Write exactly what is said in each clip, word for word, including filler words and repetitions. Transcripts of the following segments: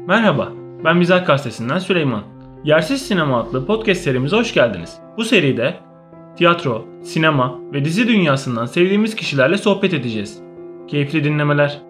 Merhaba, ben Mizah Gazetesi'nden Süleyman. Yersiz Sinema adlı podcast serimize hoş geldiniz. Bu seride tiyatro, sinema ve dizi dünyasından sevdiğimiz kişilerle sohbet edeceğiz. Keyifli dinlemeler.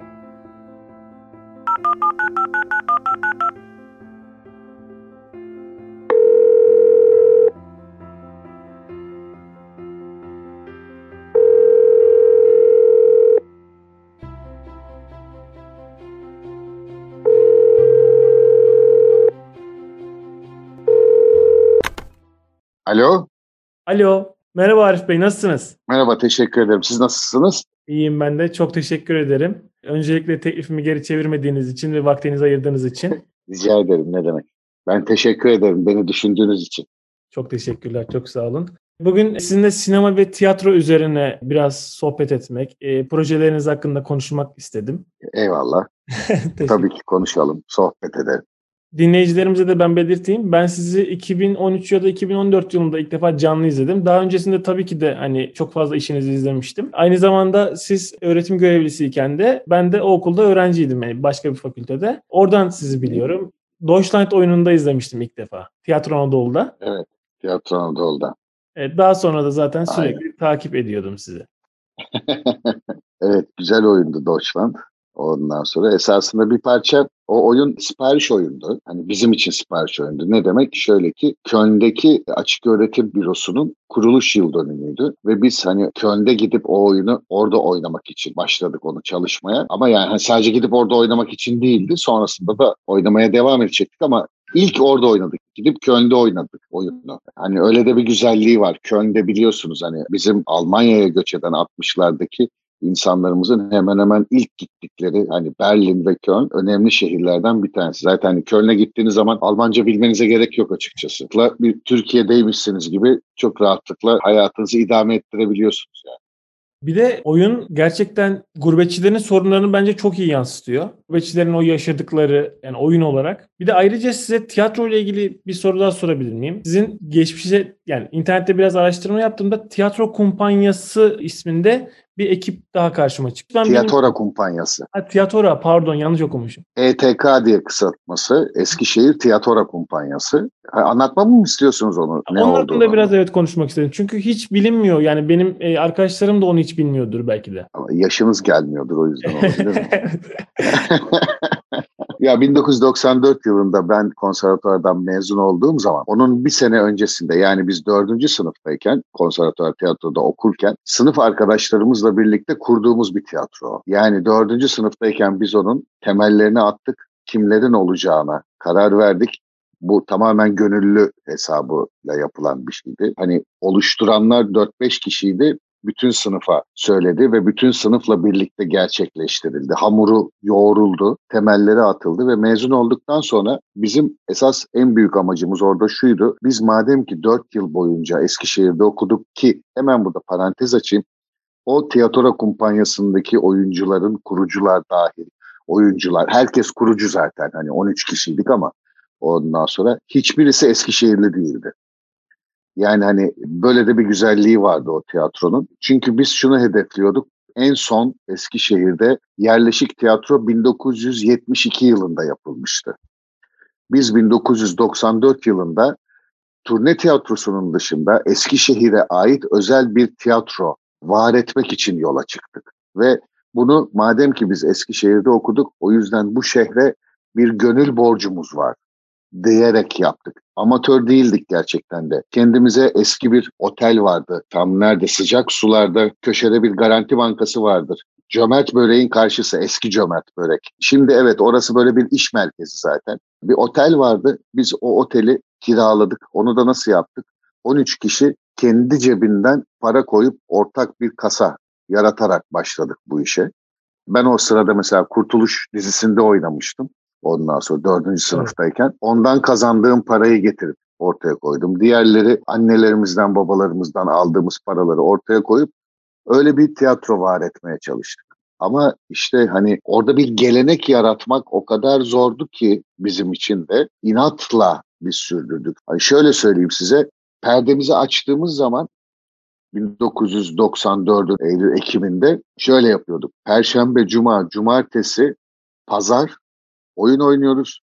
Alo. Alo, merhaba Arif Bey, nasılsınız? Merhaba, teşekkür ederim. Siz nasılsınız? İyiyim ben de, çok teşekkür ederim. Öncelikle teklifimi geri çevirmediğiniz için ve vaktinizi ayırdığınız için. Rica ederim, ne demek. Ben teşekkür ederim beni düşündüğünüz için. Çok teşekkürler, çok sağ olun. Bugün sizinle sinema ve tiyatro üzerine biraz sohbet etmek, e, projeleriniz hakkında konuşmak istedim. Eyvallah. Tabii ki konuşalım, sohbet edelim. Dinleyicilerimize de ben belirteyim. Ben sizi iki bin on üç ya da iki bin on dört yılında ilk defa canlı izledim. Daha öncesinde tabii ki de hani çok fazla işinizi izlemiştim. Aynı zamanda siz öğretim görevlisiyken de ben de o okulda öğrenciydim, yani başka bir fakültede. Oradan sizi biliyorum. Deutschland oyununda izlemiştim ilk defa. Tiyatro Anadolu'da. Evet, Tiyatro Anadolu'da. Evet, daha sonra da zaten sürekli Aynen. takip ediyordum sizi. Evet, güzel oyundu Deutschland. Ondan sonra esasında bir parça o oyun sipariş oyundu. Hani bizim için sipariş oyundu. Ne demek? Şöyle ki Köln'deki açık öğretim bürosunun kuruluş yıl dönümüydü. Ve biz hani Köln'de gidip o oyunu orada oynamak için başladık onu çalışmaya. Ama yani hani sadece gidip orada oynamak için değildi. Sonrasında da oynamaya devam edecektik ama İlk orada oynadık. Gidip Köln'de oynadık oyunu. Hani öyle de bir güzelliği var. Köln'de biliyorsunuz hani bizim Almanya'ya göç eden altmışlardaki insanlarımızın hemen hemen ilk gittikleri hani Berlin ve Köln önemli şehirlerden bir tanesi. Zaten hani Köln'e gittiğiniz zaman Almanca bilmenize gerek yok açıkçası. Bir Türkiye'deymişsiniz gibi çok rahatlıkla hayatınızı idame ettirebiliyorsunuz yani. Bir de oyun gerçekten gurbetçilerin sorunlarını bence çok iyi yansıtıyor. Gurbetçilerin o yaşadıkları, yani oyun olarak. Bir de ayrıca size tiyatro ile ilgili bir soru daha sorabilir miyim? Sizin geçmişe, yani internette biraz araştırma yaptığımda Tiyatro Kumpanyası isminde bir ekip daha karşıma çıktı. Ben Tiyatora benim... Kumpanyası. Ha, Tiyatora, pardon, yanlış okumuşum. E T K diye kısaltması, Eskişehir Tiyatora Kumpanyası. Ha, anlatmamı mı istiyorsunuz onu? Ne Onun hakkında olduğunu? biraz evet konuşmak istedim. Çünkü hiç bilinmiyor. Yani benim e, arkadaşlarım da onu hiç bilmiyordur belki de. Ama yaşınız gelmiyordur, o yüzden olabilir mi? Ya bin dokuz yüz doksan dört yılında ben konservatuvardan mezun olduğum zaman onun bir sene öncesinde, yani biz dördüncü sınıftayken konservatuvar tiyatroda okurken sınıf arkadaşlarımızla birlikte kurduğumuz bir tiyatro. Yani dördüncü sınıftayken biz onun temellerini attık, kimlerin olacağına karar verdik. Bu tamamen gönüllü hesabıyla yapılan bir şeydi. Hani oluşturanlar dört beş kişiydi. Bütün sınıfa söyledi ve bütün sınıfla birlikte gerçekleştirildi. Hamuru yoğruldu, temelleri atıldı ve mezun olduktan sonra bizim esas en büyük amacımız orada şuydu. Biz madem ki dört yıl boyunca Eskişehir'de okuduk ki, hemen burada parantez açayım. O tiyatro kumpanyasındaki oyuncuların, kurucular dahil, oyuncular, herkes kurucu zaten, hani on üç kişiydik ama ondan sonra hiçbirisi Eskişehirli değildi. Yani hani böyle de bir güzelliği vardı o tiyatronun. Çünkü biz şunu hedefliyorduk. En son Eskişehir'de yerleşik tiyatro bin dokuz yüz yetmiş iki yılında yapılmıştı. Biz bin dokuz yüz doksan dört yılında turne tiyatrosunun dışında Eskişehir'e ait özel bir tiyatro var etmek için yola çıktık. Ve bunu madem ki biz Eskişehir'de okuduk, o yüzden bu şehre bir gönül borcumuz var diyerek yaptık. Amatör değildik gerçekten de. Kendimize eski bir otel vardı. Tam nerede? Sıcak Sular'da köşede bir Garanti Bankası vardır. Cömert Börek'in karşısı, eski Cömert Börek. Şimdi evet, orası böyle bir iş merkezi zaten. Bir otel vardı. Biz o oteli kiraladık. Onu da nasıl yaptık? on üç kişi kendi cebinden para koyup ortak bir kasa yaratarak başladık bu işe. Ben o sırada mesela Kurtuluş dizisinde oynamıştım. Ondan sonra dördüncü sınıftayken. Evet. Ondan kazandığım parayı getirip ortaya koydum. Diğerleri annelerimizden, babalarımızdan aldığımız paraları ortaya koyup öyle bir tiyatro var etmeye çalıştık. Ama işte hani orada bir gelenek yaratmak o kadar zordu ki bizim için de, inatla biz sürdürdük. Hani şöyle söyleyeyim size, perdemizi açtığımız zaman bin dokuz yüz doksan dördün Eylül Ekim'inde şöyle yapıyorduk. Perşembe, Cuma, Cumartesi, Pazar oyun oynuyoruz.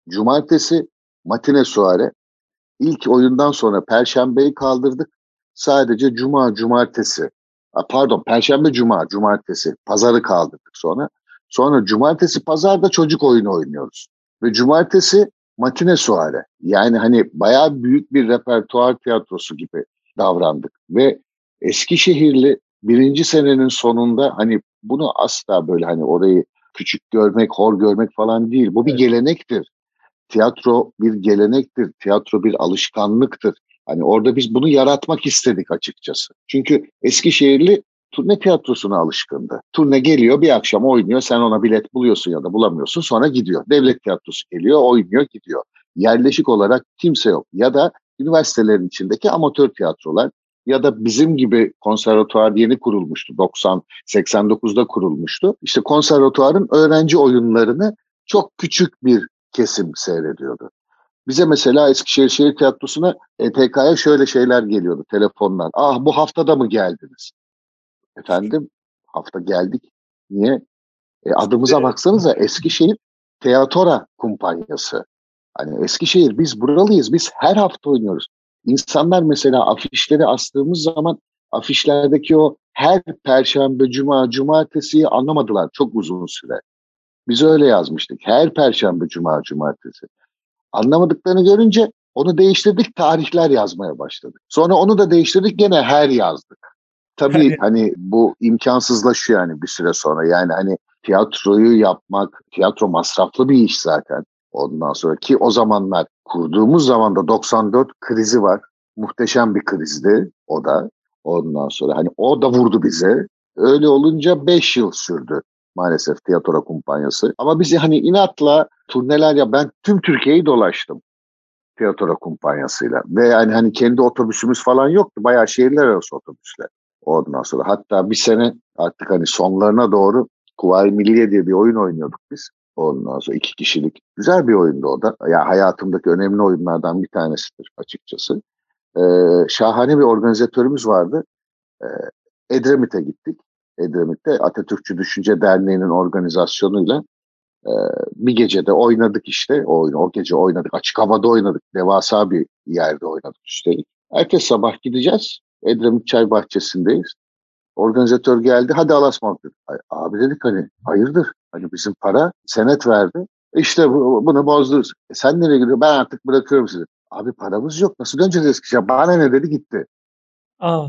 Cumartesi matine suare. İlk oyundan sonra Perşembeyi kaldırdık. Sadece Cuma, Cumartesi. Pardon, Perşembe, Cuma, Cumartesi. Pazarı kaldırdık sonra. Sonra Cumartesi, Pazarda çocuk oyunu oynuyoruz. Ve Cumartesi matine suare. Yani hani bayağı büyük bir repertuar tiyatrosu gibi davrandık. Ve Eskişehirli birinci senenin sonunda hani bunu asla böyle hani orayı küçük görmek, hor görmek falan değil. Bu bir Evet. gelenektir. Tiyatro bir gelenektir, tiyatro bir alışkanlıktır. Hani orada biz bunu yaratmak istedik açıkçası. Çünkü Eskişehirli turne tiyatrosuna alışkındı. Turne geliyor, bir akşam oynuyor, sen ona bilet buluyorsun ya da bulamıyorsun, sonra gidiyor. Devlet tiyatrosu geliyor, oynuyor, gidiyor. Yerleşik olarak kimse yok. Ya da üniversitelerin içindeki amatör tiyatrolar ya da bizim gibi konservatuvar yeni kurulmuştu. doksan seksen dokuzda kurulmuştu. İşte konservatuvarın öğrenci oyunlarını çok küçük bir kesim seyrediyordu. Bize mesela Eskişehir Şehir Tiyatrosu'na E T K'ya şöyle şeyler geliyordu telefondan. Ah, bu haftada mı geldiniz? Efendim, hafta geldik. Niye? E, adımıza baksanıza, Eskişehir Teatora Kumpanyası. Hani Eskişehir, biz buralıyız. Biz her hafta oynuyoruz. İnsanlar mesela afişleri astığımız zaman afişlerdeki o her perşembe, cuma, cumartesiyi anlamadılar çok uzun süre. Biz öyle yazmıştık. Her perşembe, cuma, cumartesi. Anlamadıklarını görünce onu değiştirdik, tarihler yazmaya başladık. Sonra onu da değiştirdik, gene her yazdık. Tabii hani bu imkansızlaşıyor yani bir süre sonra. Yani hani tiyatroyu yapmak, tiyatro masraflı bir iş zaten. Ondan sonra ki o zamanlar kurduğumuz zaman da doksan dört krizi var. Muhteşem bir krizdi o da. Ondan sonra hani o da vurdu bize. Öyle olunca beş yıl sürdü maalesef tiyatro kumpanyası. Ama bizi hani inatla turneler ya, ben tüm Türkiye'yi dolaştım tiyatro kumpanyasıyla. Ve yani hani kendi otobüsümüz falan yoktu. Bayağı şehirler arası otobüsler. Ondan sonra hatta bir sene artık hani sonlarına doğru Kuvayi Milliye diye bir oyun oynuyorduk biz. Ondan sonra iki kişilik. Güzel bir oyundu o da. Ya hayatımdaki önemli oyunlardan bir tanesidir açıkçası. Ee, şahane bir organizatörümüz vardı. Ee, Edremit'e gittik. Edremit'te Atatürkçü Düşünce Derneği'nin organizasyonuyla e, bir gecede oynadık işte. O, oyunu, o gece oynadık. Açık havada oynadık. Devasa bir yerde oynadık üstelik. Ertesi sabah gideceğiz. Edremit Çay Bahçesi'ndeyiz. Organizatör geldi. Hadi Allah'a ısmarladık dedi. Ay, abi dedik hani hayırdır? Hani bizim para senet verdi. İşte bu, bunu bozdunuz. E sen nereye gidiyorsun? Ben artık bırakıyorum sizi. Abi paramız yok. Nasıl döneceğiz Eskişehir'e? Bana ne dedi, gitti. Aa.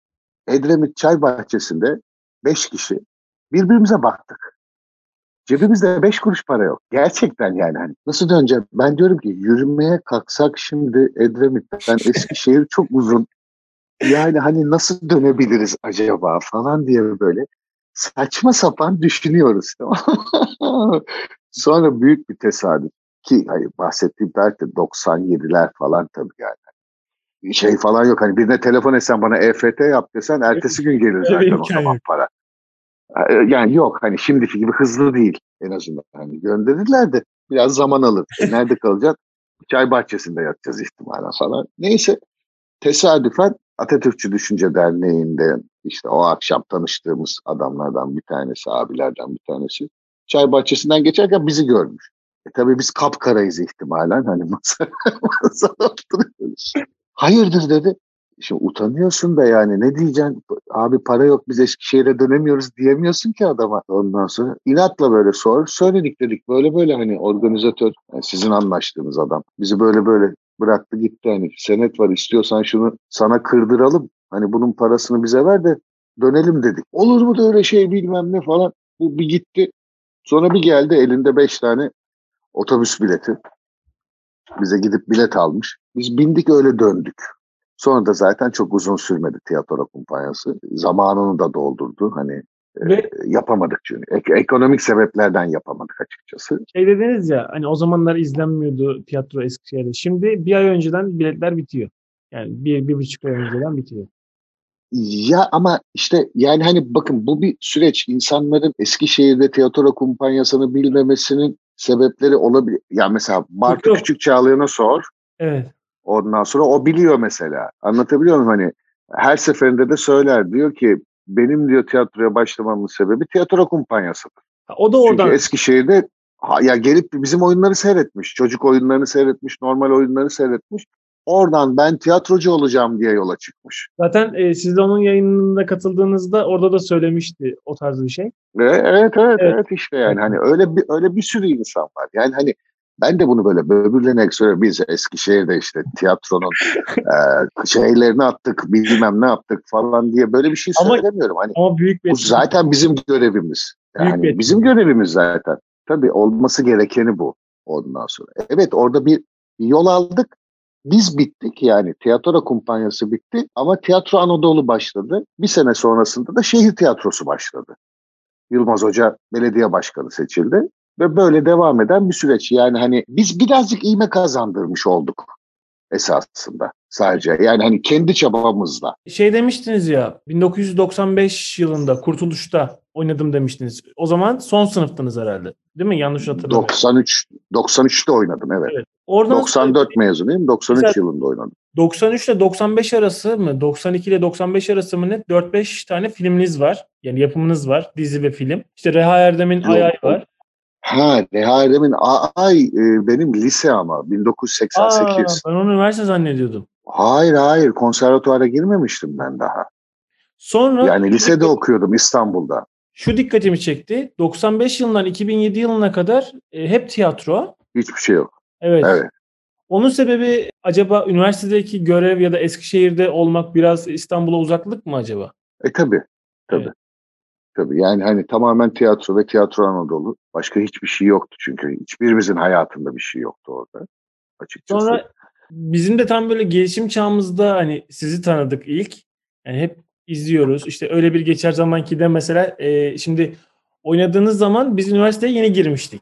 Edremit Çay Bahçesi'nde beş kişi birbirimize baktık. Cebimizde beş kuruş para yok. Gerçekten yani hani nasıl döneceğim? Ben diyorum ki yürümeye kalksak şimdi Edremit'ten Eskişehir çok uzun. Yani hani nasıl dönebiliriz acaba falan diye böyle saçma sapan düşünüyoruz. Sonra büyük bir tesadüf ki hani bahsettiğim tarihte doksan yediler falan tabii yani. Şey falan yok, hani birine telefon etsen bana E F T yap desen ertesi gün gelir Öyle bir zaten o imkan zaman yok. para. Yani yok hani şimdiki gibi hızlı değil en azından. Hani gönderirler de biraz zaman alır. E nerede kalacak? Çay bahçesinde yatacağız ihtimalen falan. Neyse, tesadüfen Atatürkçü Düşünce Derneği'nde işte o akşam tanıştığımız adamlardan bir tanesi, abilerden bir tanesi çay bahçesinden geçerken bizi görmüş. E tabii biz kapkarayız ihtimalen, hani masa, masada oturuyoruz. Hayırdır dedi. Şimdi utanıyorsun da yani ne diyeceksin? Abi para yok, biz Eskişehir'e dönemiyoruz diyemiyorsun ki adama. Ondan sonra inatla böyle sor. Söyledik dedik böyle böyle hani organizatör, yani sizin anlaştığınız adam bizi böyle böyle bıraktı gitti, hani senet var, istiyorsan şunu sana kırdıralım. Hani bunun parasını bize ver de dönelim dedik. Olur mu da öyle şey bilmem ne falan. Bu bir gitti. Sonra bir geldi elinde beş tane otobüs bileti. Bize gidip bilet almış. Biz bindik öyle döndük. Sonra da zaten çok uzun sürmedi tiyatro kumpanyası. Zamanını da doldurdu. Hani e, Ve yapamadık çünkü. Ek- ekonomik sebeplerden yapamadık açıkçası. şey dediniz ya hani o zamanlar izlenmiyordu tiyatro Eskişehir'de. Şimdi bir ay önceden biletler bitiyor. Yani bir, bir buçuk ay önceden bitiyor. Ya ama işte yani hani bakın bu bir süreç. İnsanların Eskişehir'de tiyatro kumpanyasını bilmemesinin sebepleri olabilir. Ya mesela Yok Bartu yok. Küçükçağlayan'a sor. Evet. Ondan sonra o biliyor mesela. Anlatabiliyor muyum hani? Her seferinde de söyler. Diyor ki benim diyor tiyatroya başlamamın sebebi tiyatro kumpanyasıdır. Ha, o da Çünkü oradan Eskişehir'de Ha, ya gelip bizim oyunları seyretmiş. Çocuk oyunlarını seyretmiş, normal oyunları seyretmiş. Oradan ben tiyatrocu olacağım diye yola çıkmış. Zaten e, siz de onun yayınına katıldığınızda orada da söylemişti o tarz bir şey. Ve evet evet Evet. evet işte yani Evet. hani öyle bir öyle bir sürü insan var. Yani hani ben de bunu böyle böbürlenerek söylüyorum. Biz Eskişehir'de işte tiyatronun e, şeylerini attık, bilmem ne yaptık falan diye böyle bir şey Ama söylemiyorum. Hani ama büyük bir bu etkinlik. zaten bizim görevimiz. Büyük bir Yani bizim etkinlik. görevimiz zaten. Tabii olması gerekeni bu ondan sonra. Evet orada bir, bir yol aldık. Biz bittik yani tiyatro kumpanyası bitti ama Tiyatro Anadolu başladı. Bir sene sonrasında da şehir tiyatrosu başladı. Yılmaz Hoca belediye başkanı seçildi ve böyle devam eden bir süreç. Yani hani biz birazcık iğme kazandırmış olduk esasında sadece. Yani hani kendi çabamızla. Şey demiştiniz ya, bin dokuz yüz doksan beş yılında Kurtuluş'ta oynadım demiştiniz. O zaman son sınıftınız herhalde. Değil mi? Yanlış hatırlamıyorum. doksan üç doksan üçte oynadım evet. Evet. Oradan sonra doksan dört mezunuyum. mesela doksan üç yılında oynadım. doksan üç ile doksan beş arası mı? doksan iki ile doksan beş arası mı ne? dört beş tane filminiz var. Yani yapımınız var. Dizi ve film. İşte Reha Erdem'in Ay Ay Yok. var. Ha, Reha Erdem'in Ay e, benim lise ama bin dokuz yüz seksen Aa, sekiz. ben onu üniversite zannediyordum. Hayır hayır konservatuara girmemiştim ben daha. Sonra Yani şu lisede dikkat- okuyordum İstanbul'da. şu dikkatimi çekti. doksan beş yılından iki bin yedi yılına kadar e, hep tiyatro. Hiçbir şey yok. Evet. Evet. Onun sebebi acaba üniversitedeki görev ya da Eskişehir'de olmak, biraz İstanbul'a uzaklık mı acaba? E tabii. Evet. Tabii. Tabii. Yani hani tamamen tiyatro ve Tiyatro Anadolu. Başka hiçbir şey yoktu çünkü. Hiçbirimizin hayatında bir şey yoktu orada açıkçası. Sonra bizim de tam böyle gelişim çağımızda hani sizi tanıdık ilk. Yani hep izliyoruz. İşte öyle bir geçer zamanki de mesela e, şimdi oynadığınız zaman biz üniversiteye yeni girmiştik.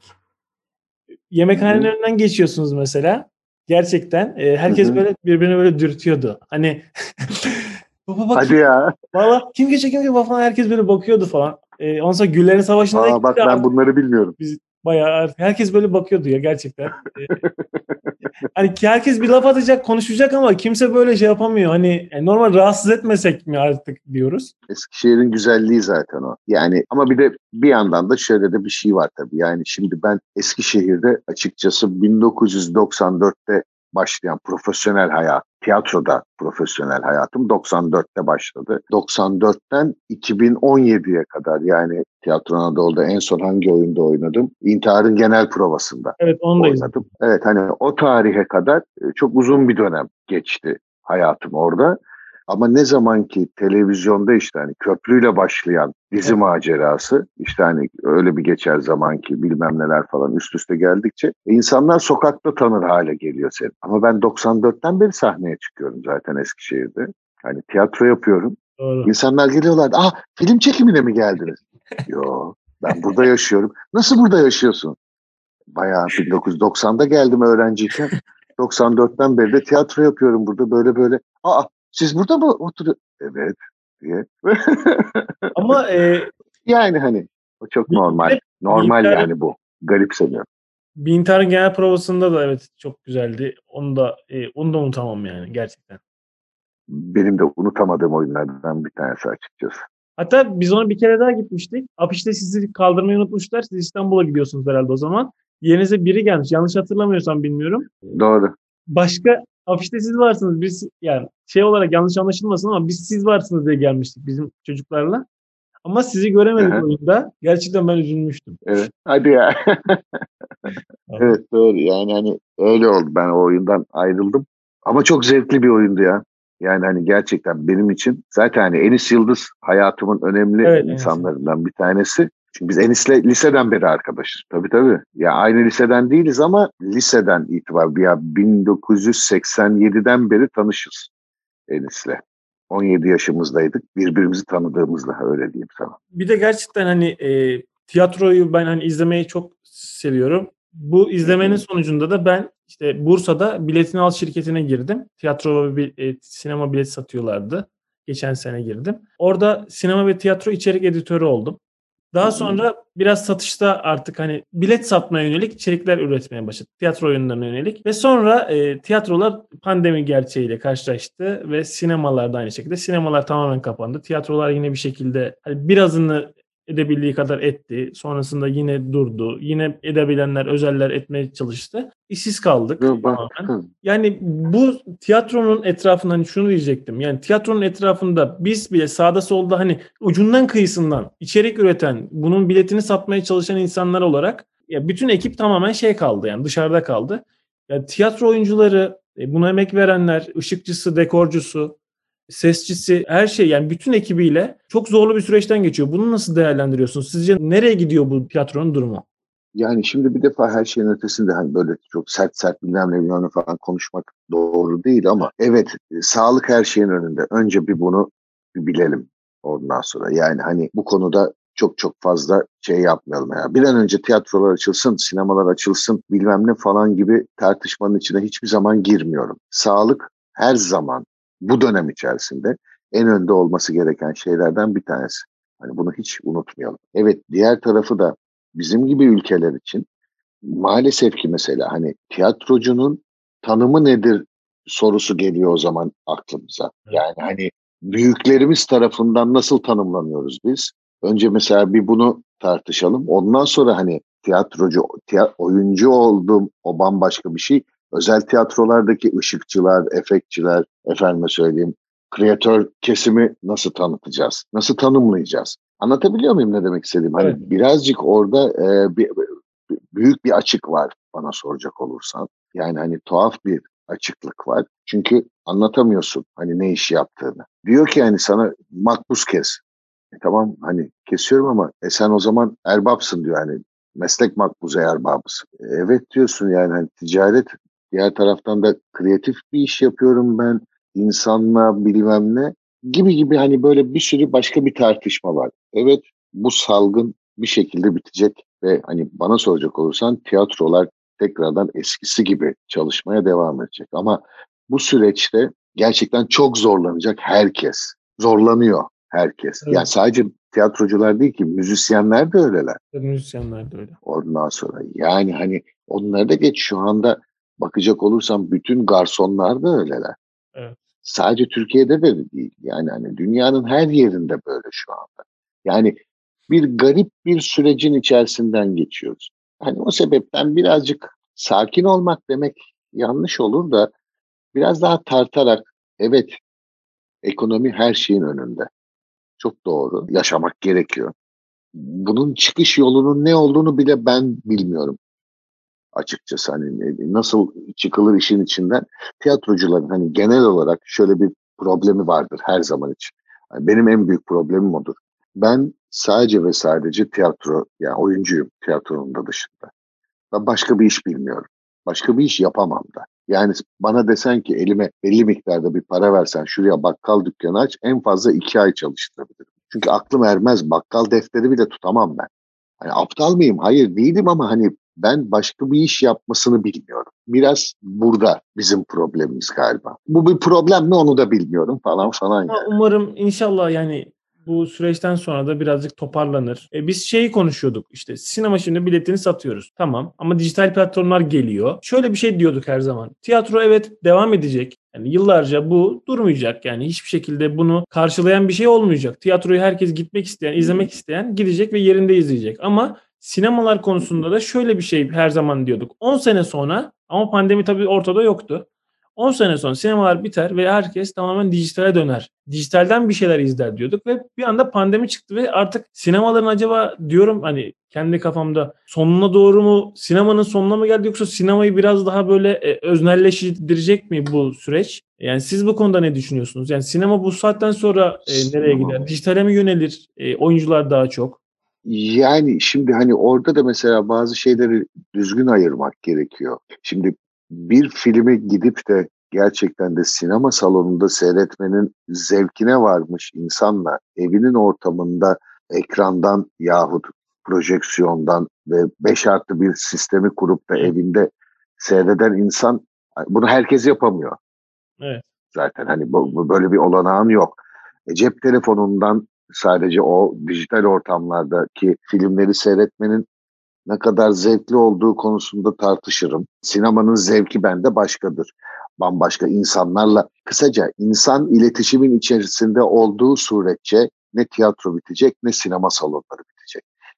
Hı Yemekhanenin hı. önünden geçiyorsunuz mesela. Gerçekten e, Hı herkes hı. böyle birbirini böyle dürtüyordu. Hani baba bak Hadi kim, ya. valla kim geçecek kim geçecek falan, herkes böyle bakıyordu falan. E, ondan sonra Güllerin Aa, Savaşı'ndayken de bak ben artık bunları bilmiyorum. biz bayağı artık herkes böyle bakıyordu ya gerçekten. E, Hani ki herkes bir laf atacak, konuşacak ama kimse böyle şey yapamıyor. Hani e, normal rahatsız etmesek mi artık diyoruz. Eskişehir'in güzelliği zaten o. Yani ama bir de bir yandan da şöyle de bir şey var tabii. Yani şimdi ben Eskişehir'de açıkçası bin dokuz yüz doksan dörtte başlayan profesyonel hayat, tiyatroda profesyonel hayatım doksan dörtte başladı. doksan dörtten iki bin on yediye kadar yani Tiyatro Anadolu'da en son hangi oyunda oynadım? İntiharın genel provasında Evet, onu da izledim. oynadım. Evet hani o tarihe kadar e, çok uzun bir dönem geçti hayatım orada. Ama ne zaman ki televizyonda işte hani köprüyle başlayan dizi Evet, macerası işte hani öyle bir geçer zaman ki bilmem neler falan üst üste geldikçe insanlar sokakta tanır hale geliyor seni. Ama ben doksan dörtten beri sahneye çıkıyorum zaten Eskişehir'de. Hani tiyatro yapıyorum. doğru. İnsanlar geliyorlar. Ah film çekimine mi geldiniz? Yo ben burada yaşıyorum. Nasıl burada yaşıyorsun? Bayağı bin dokuz yüz doksanda geldim öğrenciyken. doksan dörtten beri de tiyatro yapıyorum burada böyle böyle. Aa siz burada mı oturuyor? Evet diye. Ama e, Yani hani o çok bir, bir normal. de Normal Bihter, yani bu. Garipsemiyorum. Bihter'in genel provasında da evet çok güzeldi. Onu da e, onu da unutamam yani gerçekten. Benim de unutamadığım oyunlardan bir tanesi açıkçası. Hatta biz ona bir kere daha gitmiştik. Afişte sizi kaldırmayı unutmuşlar. Siz İstanbul'a gidiyorsunuz herhalde o zaman. Yerinize biri gelmiş. Yanlış hatırlamıyorsam, bilmiyorum. Doğru. Başka afişte siz varsınız. Biz yani şey olarak yanlış anlaşılmasın ama biz siz varsınız diye gelmiştik bizim çocuklarla. Ama sizi göremedik Aha, oyunda. Gerçekten ben üzülmüştüm. evet. Hadi ya. Abi, Evet doğru. Yani hani öyle oldu. Ben o oyundan ayrıldım. Ama çok zevkli bir oyundu ya. Yani hani gerçekten benim için zaten hani Enis Yıldız hayatımın önemli evet, en iyisi. insanlarından bir tanesi. Çünkü biz Enis'le liseden beri arkadaşız. Tabii tabii. Ya aynı liseden değiliz ama liseden itibar. Ya bin dokuz yüz seksen yediden beri tanışız Enis'le. on yedi yaşımızdaydık. Birbirimizi tanıdığımızda öyle diyeyim sana. Bir de gerçekten hani e, tiyatroyu ben hani izlemeyi çok seviyorum. Bu Hı izlemenin hı. sonucunda da ben işte Bursa'da Biletini Al şirketine girdim. Tiyatro ve bir e, sinema bileti satıyorlardı. Geçen sene girdim. Orada sinema ve tiyatro içerik editörü oldum. Hı Daha hı. sonra biraz satışta artık hani bilet satmaya yönelik içerikler üretmeye başladık. Tiyatro oyunlarına yönelik. Ve sonra e, tiyatrolar pandemi gerçeğiyle karşılaştı ve sinemalar da aynı şekilde. Sinemalar tamamen kapandı. Tiyatrolar yine bir şekilde hani birazını edebildiği kadar etti. Sonrasında yine durdu. Yine edebilenler, özeller etmeye çalıştı. İşsiz kaldık Ve bak, tamamen. Yani bu tiyatronun etrafında hani şunu diyecektim. Yani tiyatronun etrafında biz bile sağda solda hani ucundan kıyısından içerik üreten, bunun biletini satmaya çalışan insanlar olarak ya bütün ekip tamamen şey kaldı, yani dışarıda kaldı. Yani tiyatro oyuncuları, buna emek verenler, ışıkçısı, dekorcusu, sesçisi, her şey, yani bütün ekibiyle çok zorlu bir süreçten geçiyor. Bunu nasıl değerlendiriyorsunuz? Sizce nereye gidiyor bu tiyatronun durumu? Yani şimdi bir defa her şeyin ötesinde hani böyle çok sert sert bilmem ne bilmem ne falan konuşmak doğru değil ama evet, e, sağlık her şeyin önünde. Önce bir bunu bir bilelim ondan sonra. Yani hani bu konuda çok çok fazla şey yapmayalım ya. Bir an önce tiyatrolar açılsın, sinemalar açılsın bilmem ne falan gibi tartışmanın içine hiçbir zaman girmiyorum. Sağlık her zaman bu dönem içerisinde en önde olması gereken şeylerden bir tanesi. Hani bunu hiç unutmayalım. Evet, diğer tarafı da bizim gibi ülkeler için maalesef ki mesela hani tiyatrocunun tanımı nedir sorusu geliyor o zaman aklımıza. Evet. Yani hani büyüklerimiz tarafından nasıl tanımlanıyoruz biz? Önce mesela bir bunu tartışalım. Ondan sonra hani tiyatrocu, tiya- oyuncu oldum, o bambaşka bir şey. Özel tiyatrolardaki ışıkçılar, efektçiler, efendime söyleyeyim, kreatör kesimi nasıl tanıtacağız? Nasıl tanımlayacağız? Anlatabiliyor muyum ne demek istediğim? Hani Evet. birazcık orada e, bir, büyük bir açık var bana soracak olursan. Yani hani tuhaf bir açıklık var. Çünkü anlatamıyorsun hani ne iş yaptığını. Diyor ki hani sana makbuz kes. E tamam hani kesiyorum ama e sen o zaman erbapsın diyor hani. Meslek makbuzu erbabısın. E evet diyorsun yani hani ticaret, diğer taraftan da kreatif bir iş yapıyorum ben. İnsanla bilmem ne gibi gibi hani böyle bir sürü başka bir tartışma var. Evet, bu salgın bir şekilde bitecek ve hani bana soracak olursan tiyatrolar tekrardan eskisi gibi çalışmaya devam edecek. Ama bu süreçte gerçekten çok zorlanacak herkes. Zorlanıyor herkes. Yani Evet. sadece tiyatrocular değil ki, müzisyenler de öyleler. Müzisyenler de öyle. Ondan sonra yani hani onları da geç, şu anda bakacak olursam bütün garsonlar da öyleler. Evet. Sadece Türkiye'de de değil. Yani hani dünyanın her yerinde böyle şu anda. Yani bir garip bir sürecin içerisinden geçiyoruz. Hani o sebepten birazcık sakin olmak demek yanlış olur da biraz daha tartarak, evet, ekonomi her şeyin önünde. Çok doğru. Yaşamak gerekiyor. Bunun çıkış yolunun ne olduğunu bile ben bilmiyorum açıkçası. Hani ne- nasıl çıkılır işin içinden. Tiyatrocuların hani genel olarak şöyle bir problemi vardır her zaman için. Yani benim en büyük problemim odur. Ben sadece ve sadece tiyatro, yani oyuncuyum tiyatronun da dışında. Ben başka bir iş bilmiyorum. Başka bir iş yapamam da. Yani bana desen ki elime belli miktarda bir para versen şuraya bakkal dükkanı aç, en fazla iki ay çalıştırabilirim. Çünkü aklım ermez, bakkal defteri bile tutamam ben. Hani aptal mıyım? Hayır değilim ama hani ben başka bir iş yapmasını bilmiyorum. Biraz burada bizim problemimiz galiba. Bu bir problem mi onu da bilmiyorum falan falan Ama yani. umarım inşallah yani bu süreçten sonra da birazcık toparlanır. E, biz şeyi konuşuyorduk, işte sinema şimdi biletini satıyoruz. Tamam ama dijital platformlar geliyor. Şöyle bir şey diyorduk her zaman. Tiyatro evet devam edecek. Yani yıllarca bu durmayacak. Yani hiçbir şekilde bunu karşılayan bir şey olmayacak. Tiyatroyu herkes gitmek isteyen, izlemek isteyen gidecek ve yerinde izleyecek. Ama sinemalar konusunda da şöyle bir şey her zaman diyorduk. on sene sonra, ama pandemi tabii ortada yoktu. on sene sonra sinemalar biter ve herkes tamamen dijitale döner. Dijitalden bir şeyler izler diyorduk ve bir anda pandemi çıktı ve artık sinemaların, acaba diyorum hani kendi kafamda, sonuna doğru mu, sinemanın sonuna mı geldi, yoksa sinemayı biraz daha böyle e, öznelleştirecek mi bu süreç? Yani siz bu konuda ne düşünüyorsunuz? Yani sinema bu saatten sonra e, nereye Sinema. gider? Dijitale mi yönelir? E, oyuncular daha çok. Yani şimdi hani orada da mesela bazı şeyleri düzgün ayırmak gerekiyor. Şimdi bir filmi gidip de gerçekten de sinema salonunda seyretmenin zevkine varmış insanla evinin ortamında ekrandan yahut projeksiyondan ve beş artı bir sistemi kurup da Evet. evinde seyreden insan, bunu herkes yapamıyor Evet. zaten. Hani bu, bu- böyle bir olanağın yok. E, cep telefonundan sadece o dijital ortamlardaki filmleri seyretmenin ne kadar zevkli olduğu konusunda tartışırım. Sinemanın zevki bende başkadır. Bambaşka insanlarla, kısaca insan iletişimin içerisinde olduğu suretçe ne tiyatro bitecek ne sinema salonları bitecek.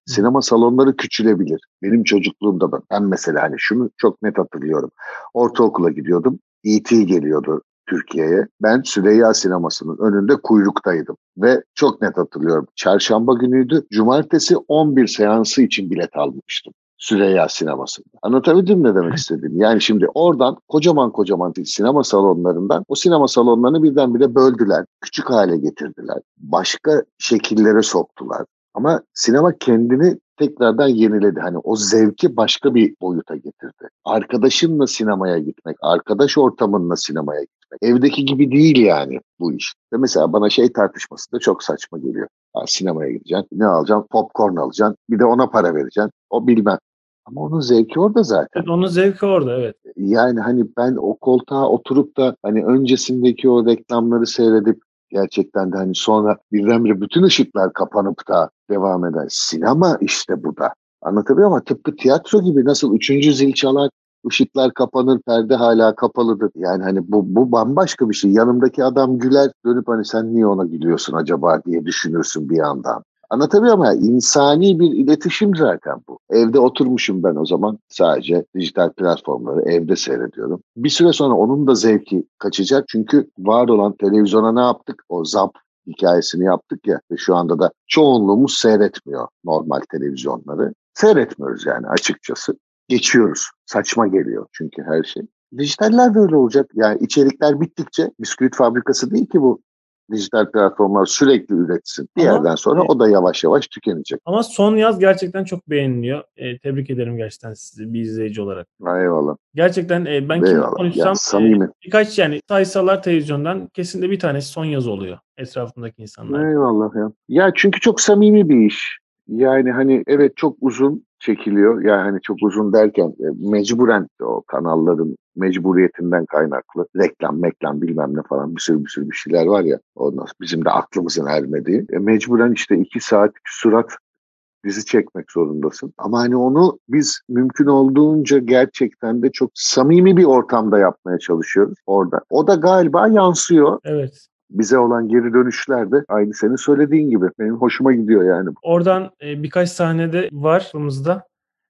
Sinema salonları küçülebilir. Benim çocukluğumda da ben mesela hani şunu çok net hatırlıyorum. Ortaokula gidiyordum. E T geliyordu Türkiye'ye. Ben Süreyya Sineması'nın önünde kuyruktaydım. Ve çok net hatırlıyorum. Çarşamba günüydü. Cumartesi on bir seansı için bilet almıştım. Süreyya Sineması'nda. Anlatabildim mi ne demek istediğimi? Yani şimdi oradan kocaman kocaman sinema salonlarından o sinema salonlarını birdenbire böldüler. Küçük hale getirdiler. Başka şekillere soktular. Ama sinema kendini tekrardan yeniledi. Hani o zevki başka bir boyuta getirdi. Arkadaşınla sinemaya gitmek, arkadaş ortamınla sinemaya gitmek. Evdeki gibi değil yani bu iş. Ve mesela bana şey tartışması da çok saçma geliyor. Ya sinemaya gideceksin, ne alacaksın? Popcorn alacaksın, bir de ona para vereceksin. O bilmem. Ama onun zevki orada zaten. Evet, onun zevki orada, evet. Yani hani ben o koltuğa oturup da hani öncesindeki o reklamları seyredip gerçekten de hani sonra birdenbire bütün ışıklar kapanıp da devam eden sinema işte bu da. Anlatabiliyor muyum? Tıpkı tiyatro gibi nasıl üçüncü zil çalar, ışıklar kapanır, perde hala kapalıdır. Yani hani bu, bu bambaşka bir şey. Yanımdaki adam güler, dönüp hani sen niye ona gülüyorsun acaba diye düşünürsün bir yandan. Anlatabiliyor muyum? Yani insani bir iletişim zaten bu. Evde oturmuşum ben o zaman sadece dijital platformları evde seyrediyorum. Bir süre sonra onun da zevki kaçacak çünkü var olan televizyona ne yaptık? O zap hikayesini yaptık ya ve şu anda da çoğunluğumuz seyretmiyor normal televizyonları. Seyretmiyoruz yani açıkçası. Geçiyoruz. Saçma geliyor çünkü her şey. Dijitaller de öyle olacak. Yani içerikler bittikçe bisküvit fabrikası değil ki bu. Dijital platformlar sürekli üretsin. Bir Ama yerden sonra e, o da yavaş yavaş tükenecek. ama son yaz gerçekten çok beğeniliyor. E, tebrik ederim gerçekten sizi bir izleyici olarak. Eyvallah. Gerçekten e, ben kimle Eyvallah. Yani konuşsam e, samimi. birkaç yani saysalar televizyondan kesinlikle bir tanesi son yaz oluyor etrafındaki insanlar. Eyvallah ya. Ya çünkü çok samimi bir iş. Yani hani evet çok uzun çekiliyor. Yani hani çok uzun derken e, mecburen o kanalların mecburiyetinden kaynaklı reklam, meklam bilmem ne falan bir sürü bir sürü bir şeyler var ya. Ondan sonra bizim de aklımızın ermediği. E, mecburen işte iki saat sürat dizi çekmek zorundasın. Ama hani onu biz mümkün olduğunca gerçekten de çok samimi bir ortamda yapmaya çalışıyoruz orada. O da galiba yansıyor. Evet. Bize olan geri dönüşler de aynı senin söylediğin gibi. Benim hoşuma gidiyor yani. Oradan e, birkaç sahnede var aklımızda.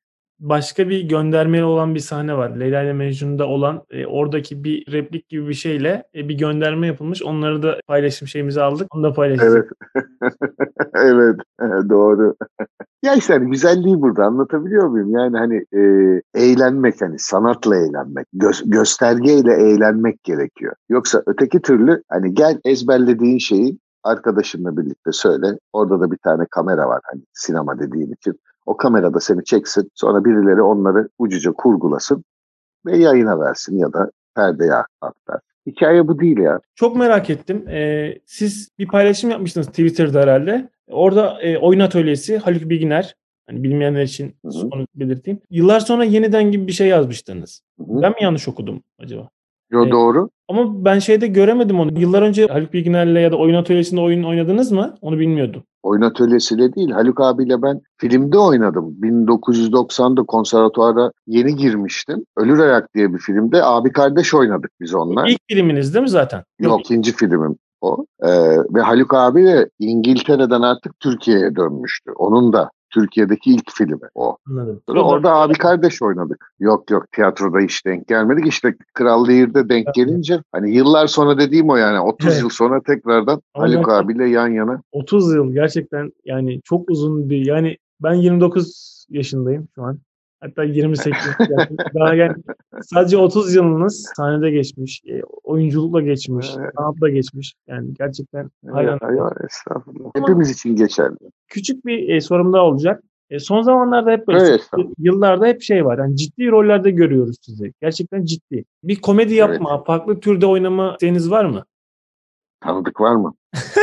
Başka bir göndermeli olan bir sahne var. Leyla ile Mecnun'da olan e, oradaki bir replik gibi bir şeyle e, bir gönderme yapılmış. Onları da paylaşım şeyimize aldık. Onu da paylaşacağız. Evet. Evet. Doğru. Ya işte hani güzelliği burada anlatabiliyor muyum? Yani hani e, eğlenmek hani sanatla eğlenmek, gö- göstergeyle eğlenmek gerekiyor. Yoksa öteki türlü hani gel ezberlediğin şeyi arkadaşınla birlikte söyle. Orada da bir tane kamera var hani sinema dediğin için. O kamerada seni çeksin. Sonra birileri onları ucuca kurgulasın ve yayına versin ya da perdeye aktar. Hikaye bu değil ya. Çok merak ettim. E, siz bir paylaşım yapmıştınız Twitter'da herhalde. Orada e, oyun atölyesi Haluk Bilginer. Hani bilmeyenler için Hı hı. onu belirteyim. Yıllar sonra yeniden gibi bir şey yazmıştınız. Hı hı. Ben mi yanlış okudum acaba? Yo, E, doğru. Ama ben şeyde göremedim onu. Yıllar önce Haluk Bilginer'le ya da oyun atölyesinde oyun oynadınız mı? Onu bilmiyordum. Oyun atölyesiyle değil. Haluk abiyle ben filmde oynadım. bin dokuz yüz doksan'da konservatuara yeni girmiştim. Ölür Ayak diye bir filmde abi kardeş oynadık biz onunla. İlk filminiz değil mi zaten? Yok, ikinci filmim o. Ee, ve Haluk abi de İngiltere'den artık Türkiye'ye dönmüştü. Onun da Türkiye'deki ilk filmi o. Anladım. Sonra orada abi kardeş oynadık. Yok yok, tiyatroda hiç denk gelmedik. İşte Kral Lear'de denk gelince hani yıllar sonra dediğim o yani otuz Evet. yıl sonra tekrardan Ama Haluk gerçekten abiyle yan yana. otuz yıl gerçekten yani çok uzun bir yani ben yirmi dokuz yaşındayım şu an. Hatta yirmi sekiz yaşındayım. Daha yani sadece otuz yılınız sahnede geçmiş. E, oyunculukla geçmiş. Sanatla geçmiş. Yani gerçekten hayran. Ay, ay, estağfurullah. Ama Hepimiz için geçerli. küçük bir e, sorum daha olacak. E, son zamanlarda hep böyle Evet, son yıllarda hep şey var. Yani ciddi rollerde görüyoruz sizi. Gerçekten ciddi. Bir komedi yapma, evet. farklı türde oynama isteğiniz var mı? Tanıdık var mı?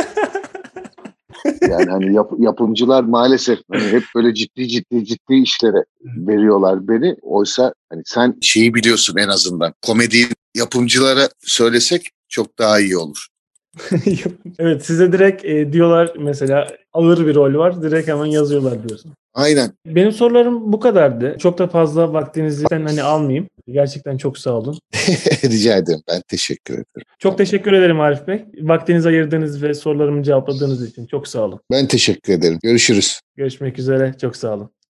Yani hani yap, yapımcılar maalesef hani hep böyle ciddi ciddi ciddi işlere veriyorlar beni. Oysa hani sen şeyi biliyorsun en azından. Komediyi yapımcılara söylesek çok daha iyi olur. Evet, size direkt e, diyorlar mesela ağır bir rol var. Direkt hemen yazıyorlar diyorsun. Aynen. Benim sorularım bu kadardı. Çok da fazla vaktinizden hani almayayım. Gerçekten çok sağ olun. Rica ederim. Ben teşekkür ederim. Çok teşekkür ederim Arif Bey. Vaktinizi ayırdığınız ve sorularımı cevapladığınız için çok sağ olun. Ben teşekkür ederim. Görüşürüz. Görüşmek üzere. Çok sağ olun.